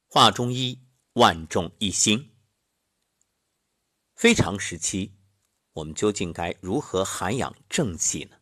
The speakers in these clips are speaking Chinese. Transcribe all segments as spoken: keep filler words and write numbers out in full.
话中医，万众一心。非常时期，我们究竟该如何涵养正气呢？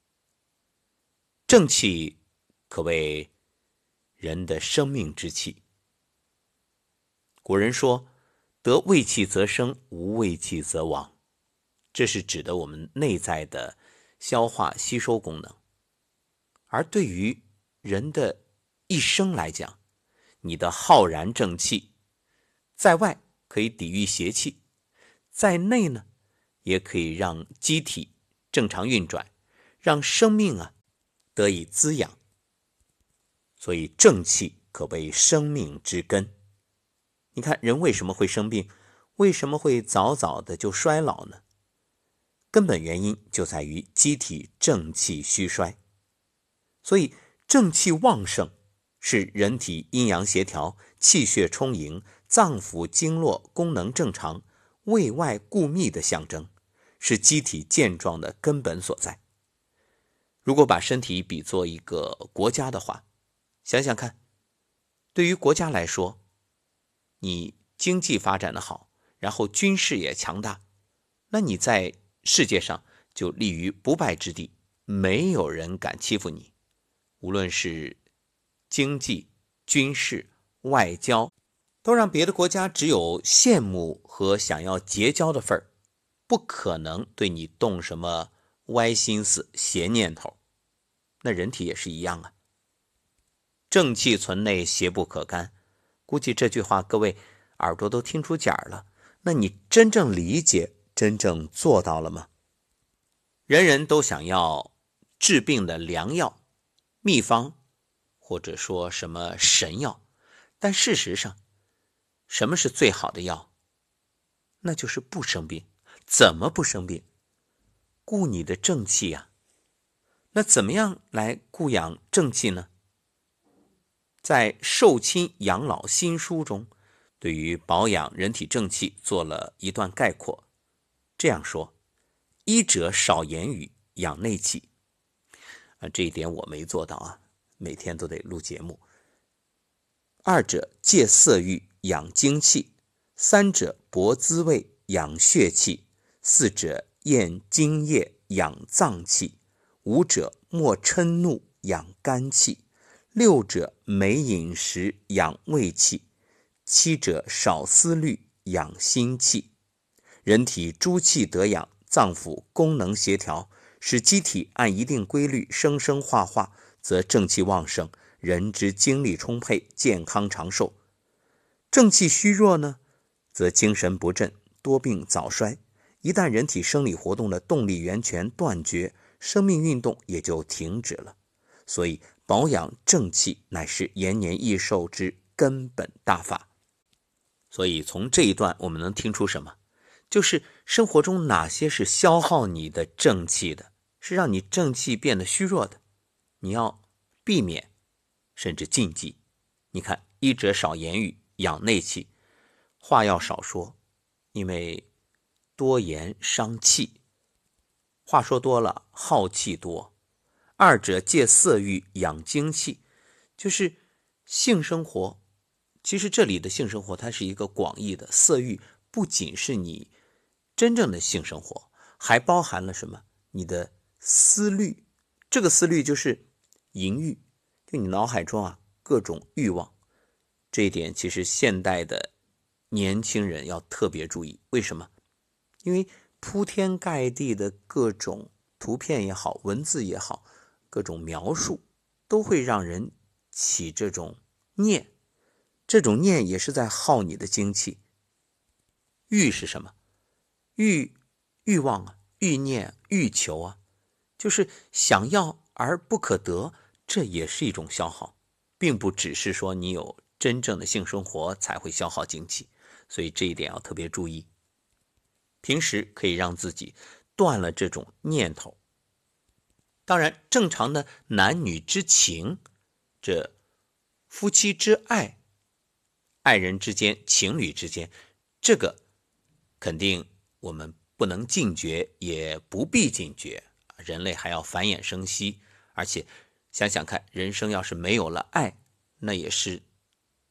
正气可谓人的生命之气。古人说，得胃气则生，无胃气则亡。这是指的我们内在的消化吸收功能。而对于人的一生来讲，你的浩然正气，在外可以抵御邪气，在内呢，也可以让机体正常运转，让生命啊得以滋养。所以正气可谓生命之根。你看人为什么会生病，为什么会早早的就衰老呢？根本原因就在于机体正气虚衰。所以正气旺盛是人体阴阳协调、气血充盈、脏腑经络功能正常、胃外固密的象征，是机体健壮的根本所在。如果把身体比作一个国家的话，想想看，对于国家来说，你经济发展的好，然后军事也强大，那你在世界上就立于不败之地，没有人敢欺负你。无论是经济、军事、外交，都让别的国家只有羡慕和想要结交的份儿，不可能对你动什么歪心思、邪念头。那人体也是一样啊，正气存内，邪不可干。估计这句话各位耳朵都听出茧了，那你真正理解、真正做到了吗？人人都想要治病的良药、秘方，或者说什么神药，但事实上，什么是最好的药？那就是不生病。怎么不生病？固你的正气啊。那怎么样来固养正气呢？在《寿亲养老新书》中，对于保养人体正气做了一段概括，这样说：一者少言语，养内气。啊，这一点我没做到啊，每天都得录节目。二者戒色欲，养精气。三者博滋味，养血气。四者厌津液，养脏气。五者莫嗔怒，养肝气。六者美饮食，养胃气。七者少思虑，养心气。人体诸气得养，脏腑功能协调，使机体按一定规律生生化化，则正气旺盛，人之精力充沛，健康长寿。正气虚弱呢，则精神不振，多病早衰。一旦人体生理活动的动力源泉断绝，生命运动也就停止了。所以保养正气乃是延年益寿之根本大法。所以从这一段我们能听出什么？就是生活中哪些是消耗你的正气的，是让你正气变得虚弱的，你要避免甚至禁忌。你看，一者少言语，养内气，话要少说，因为多言伤气，话说多了耗气多。二者戒色欲，养精气，就是性生活。其实这里的性生活它是一个广义的，色欲不仅是你真正的性生活，还包含了什么？你的思虑。这个思虑就是淫欲，就你脑海中啊各种欲望。这一点其实现代的年轻人要特别注意。为什么？因为铺天盖地的各种图片也好，文字也好，各种描述都会让人起这种念，这种念也是在耗你的精气。欲是什么？欲欲望啊，欲念，欲求啊，就是想要而不可得，这也是一种消耗，并不只是说你有真正的性生活才会消耗精气，所以这一点要特别注意。平时可以让自己断了这种念头。当然，正常的男女之情，这夫妻之爱，爱人之间、情侣之间，这个肯定我们不能禁绝，也不必禁绝。人类还要繁衍生息，而且想想看，人生要是没有了爱，那也是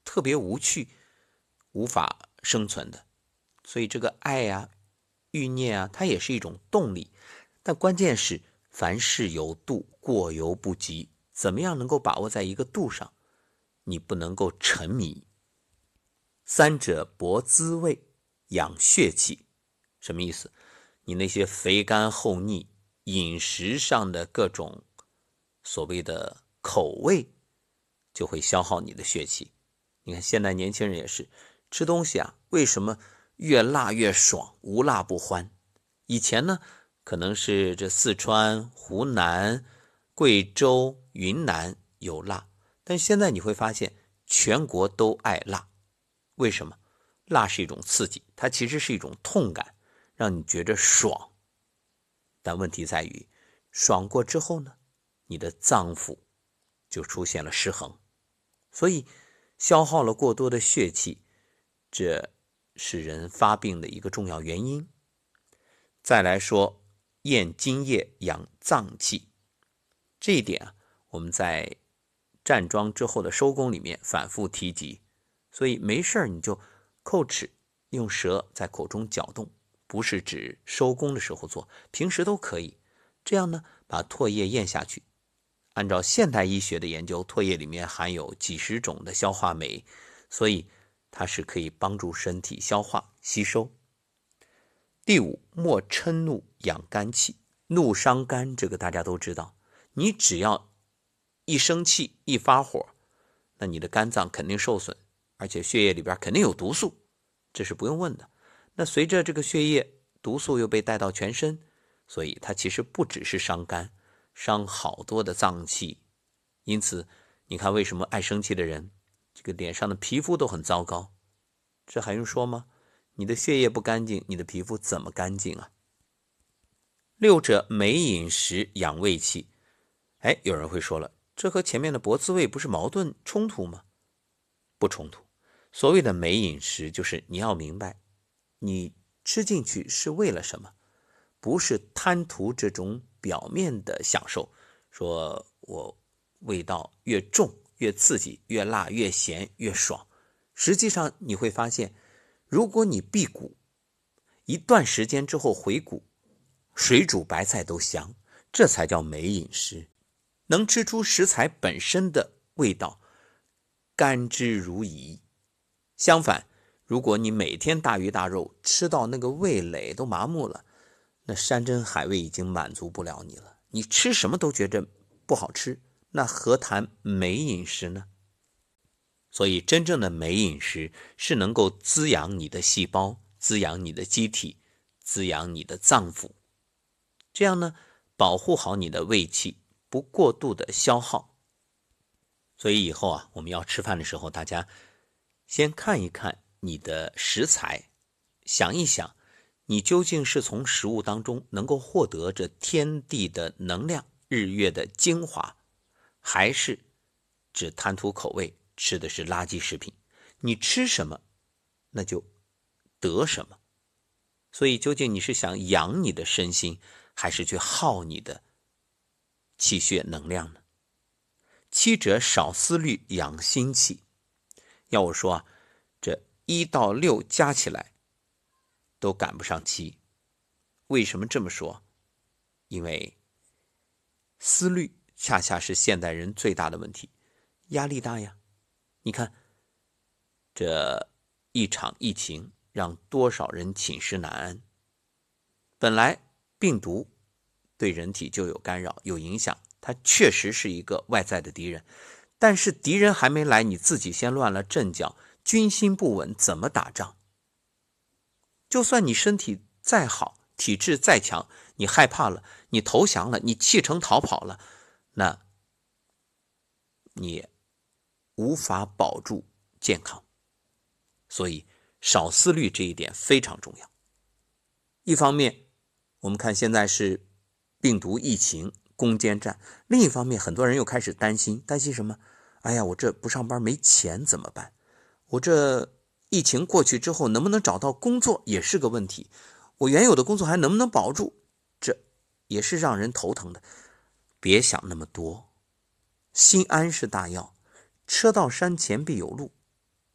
特别无趣，无法生存的。所以这个爱呀、欲念啊，它也是一种动力。但关键是凡事有度，过犹不及。怎么样能够把握在一个度上？你不能够沉迷。三者博滋味，养血气。什么意思？你那些肥甘厚腻，饮食上的各种所谓的口味，就会消耗你的血气。你看现在年轻人也是吃东西啊，为什么越辣越爽，无辣不欢？以前呢，可能是这四川、湖南、贵州、云南有辣，但现在你会发现全国都爱辣。为什么？辣是一种刺激，它其实是一种痛感，让你觉着爽。但问题在于，爽过之后呢，你的脏腑就出现了失衡，所以消耗了过多的血气，这是人发病的一个重要原因。再来说验津液养脏气，这一点啊，我们在站桩之后的收功里面反复提及。所以没事你就叩齿，用舌在口中搅动，不是指收功的时候做，平时都可以。这样呢，把唾液咽下去。按照现代医学的研究，唾液里面含有几十种的消化酶，所以它是可以帮助身体消化吸收。第五，莫嗔怒养肝气。怒伤肝，这个大家都知道。你只要一生气一发火，那你的肝脏肯定受损，而且血液里边肯定有毒素，这是不用问的。那随着这个血液毒素又被带到全身，所以它其实不只是伤肝，伤好多的脏器。因此你看为什么爱生气的人这个脸上的皮肤都很糟糕，这还用说吗？你的血液不干净，你的皮肤怎么干净啊？六者美饮食养胃气。哎，有人会说了，这和前面的博滋味不是矛盾冲突吗？不冲突。所谓的美饮食，就是你要明白，你吃进去是为了什么，不是贪图这种表面的享受，说我味道越重越刺激，越辣越咸越爽。实际上你会发现，如果你辟谷一段时间之后回谷，水煮白菜都香，这才叫美饮食。能吃出食材本身的味道，甘之如饴。相反，如果你每天大鱼大肉，吃到那个味蕾都麻木了，那山珍海味已经满足不了你了，你吃什么都觉着不好吃，那何谈美饮食呢？所以真正的美饮食是能够滋养你的细胞，滋养你的机体，滋养你的脏腑，这样呢，保护好你的胃气，不过度的消耗。所以以后啊，我们要吃饭的时候，大家先看一看你的食材，想一想你究竟是从食物当中能够获得这天地的能量，日月的精华，还是只贪图口味，吃的是垃圾食品。你吃什么那就得什么。所以究竟你是想养你的身心，还是去耗你的气血能量呢？七者少思虑养心气。要我说啊，这一到六加起来都赶不上七。为什么这么说？因为思虑恰恰是现代人最大的问题，压力大呀。你看这一场疫情让多少人寝食难安。本来病毒对人体就有干扰有影响，它确实是一个外在的敌人，但是敌人还没来，你自己先乱了阵脚，军心不稳，怎么打仗？就算你身体再好，体质再强，你害怕了，你投降了，你弃城逃跑了，那你无法保住健康。所以少思虑这一点非常重要。一方面我们看现在是病毒疫情攻坚战，另一方面很多人又开始担心，担心什么？哎呀，我这不上班没钱怎么办？我这疫情过去之后能不能找到工作也是个问题，我原有的工作还能不能保住，这也是让人头疼的。别想那么多，心安是大药，车到山前必有路。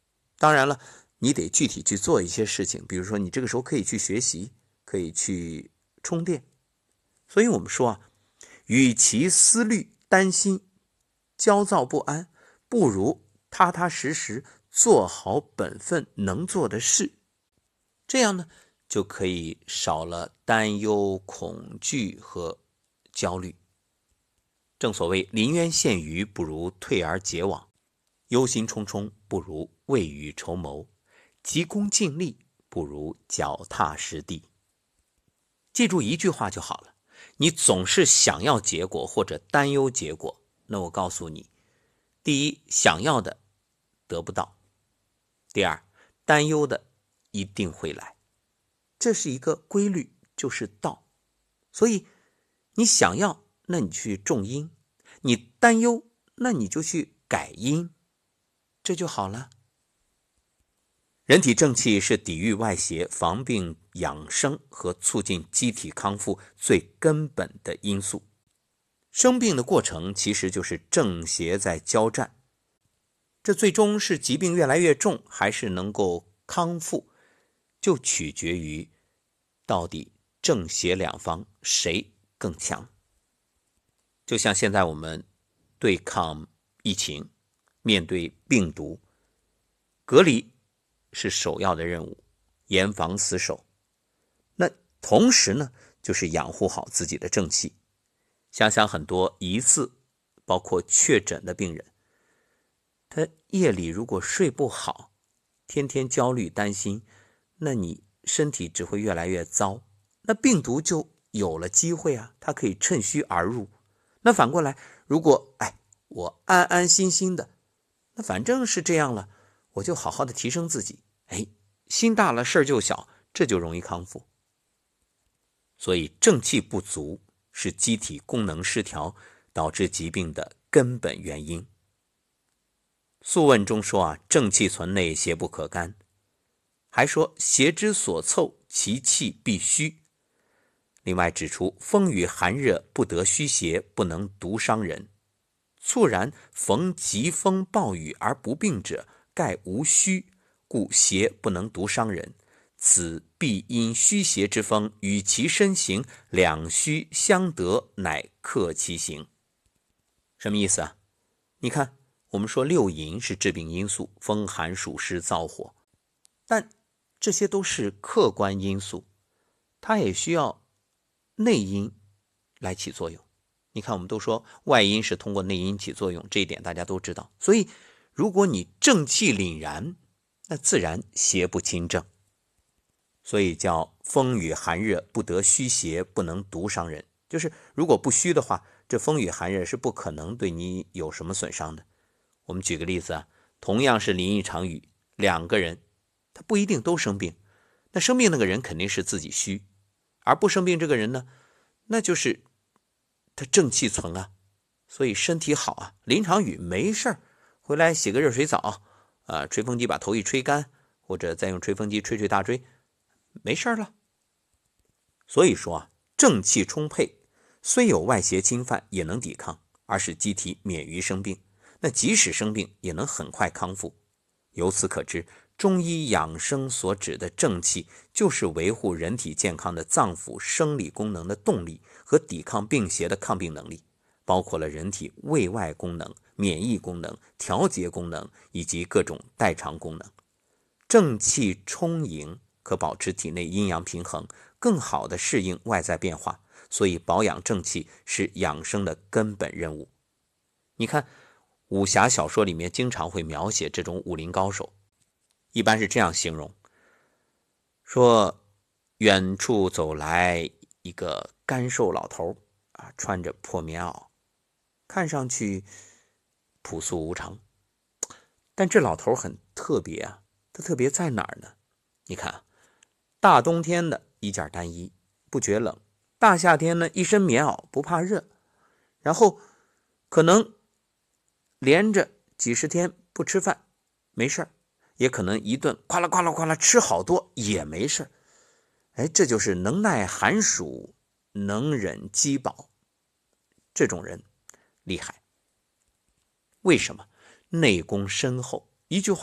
当然了，你得具体去做一些事情，比如说你这个时候可以去学习，可以去充电。所以我们说啊，与其思虑、担心、焦躁不安，不如踏踏实实做好本分能做的事。这样呢，就可以少了担忧、恐惧和焦虑。正所谓临渊羡鱼，不如退而结网；忧心忡忡，不如未雨绸缪；急功近利，不如脚踏实地。记住一句话就好了，你总是想要结果或者担忧结果，那我告诉你，第一，想要的得不到；第二，担忧的一定会来。这是一个规律，就是道。所以你想要，那你去种因；你担忧，那你就去改因，这就好了。人体正气是抵御外邪、防病养生和促进机体康复最根本的因素。生病的过程其实就是正邪在交战，这最终是疾病越来越重，还是能够康复，就取决于到底正邪两方谁更强。就像现在我们对抗疫情，面对病毒，隔离是首要的任务，严防死守。那同时呢，就是养护好自己的正气。想想很多疑似包括确诊的病人，他夜里如果睡不好，天天焦虑担心，那你身体只会越来越糟，那病毒就有了机会啊，它可以趁虚而入。那反过来，如果哎我安安心心的，那反正是这样了，我就好好的提升自己，哎，心大了事儿就小，这就容易康复。所以正气不足是机体功能失调导致疾病的根本原因。素问中说啊，正气存内，邪不可干，还说邪之所凑，其气必虚。另外指出，风雨寒热不得虚邪，不能独伤人。猝然逢疾风暴雨而不病者，盖无虚，故邪不能独伤人。此必因虚邪之风与其身形两虚相得，乃克其形。什么意思啊？你看，我们说六淫是致病因素，风寒暑湿燥火，但这些都是客观因素，它也需要内因来起作用。你看，我们都说外因是通过内因起作用，这一点大家都知道。所以如果你正气凛然，那自然邪不侵正。所以叫风雨寒热不得虚邪，不能独伤人。就是如果不虚的话，这风雨寒热是不可能对你有什么损伤的。我们举个例子啊，同样是淋一场雨，两个人他不一定都生病，那生病那个人肯定是自己虚，而不生病这个人呢，那就是他正气存啊，所以身体好啊，淋场雨没事儿，回来洗个热水澡啊，吹风机把头一吹干，或者再用吹风机吹吹大椎，没事了。所以说啊，正气充沛，虽有外邪侵犯也能抵抗，而使机体免于生病。那即使生病也能很快康复。由此可知，中医养生所指的正气，就是维护人体健康的脏腑生理功能的动力和抵抗病邪的抗病能力，包括了人体胃外功能、免疫功能、调节功能以及各种代偿功能。正气充盈，可保持体内阴阳平衡，更好地适应外在变化，所以保养正气是养生的根本任务。你看，武侠小说里面经常会描写这种武林高手，一般是这样形容，说远处走来一个干瘦老头啊，穿着破棉袄，看上去朴素无常，但这老头很特别啊，他特别在哪儿呢？你看，大冬天的一件单衣不觉冷，大夏天呢一身棉袄不怕热，然后可能连着几十天不吃饭没事，也可能一顿夸啦夸啦夸啦吃好多也没事。哎，这就是能耐寒暑，能忍饥饱，这种人厉害。为什么？内功深厚。一句话，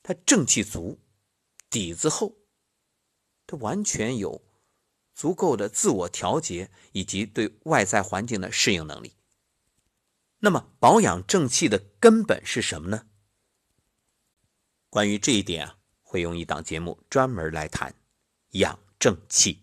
他正气足，底子厚，他完全有足够的自我调节以及对外在环境的适应能力。那么保养正气的根本是什么呢？关于这一点啊，会用一档节目专门来谈养正气。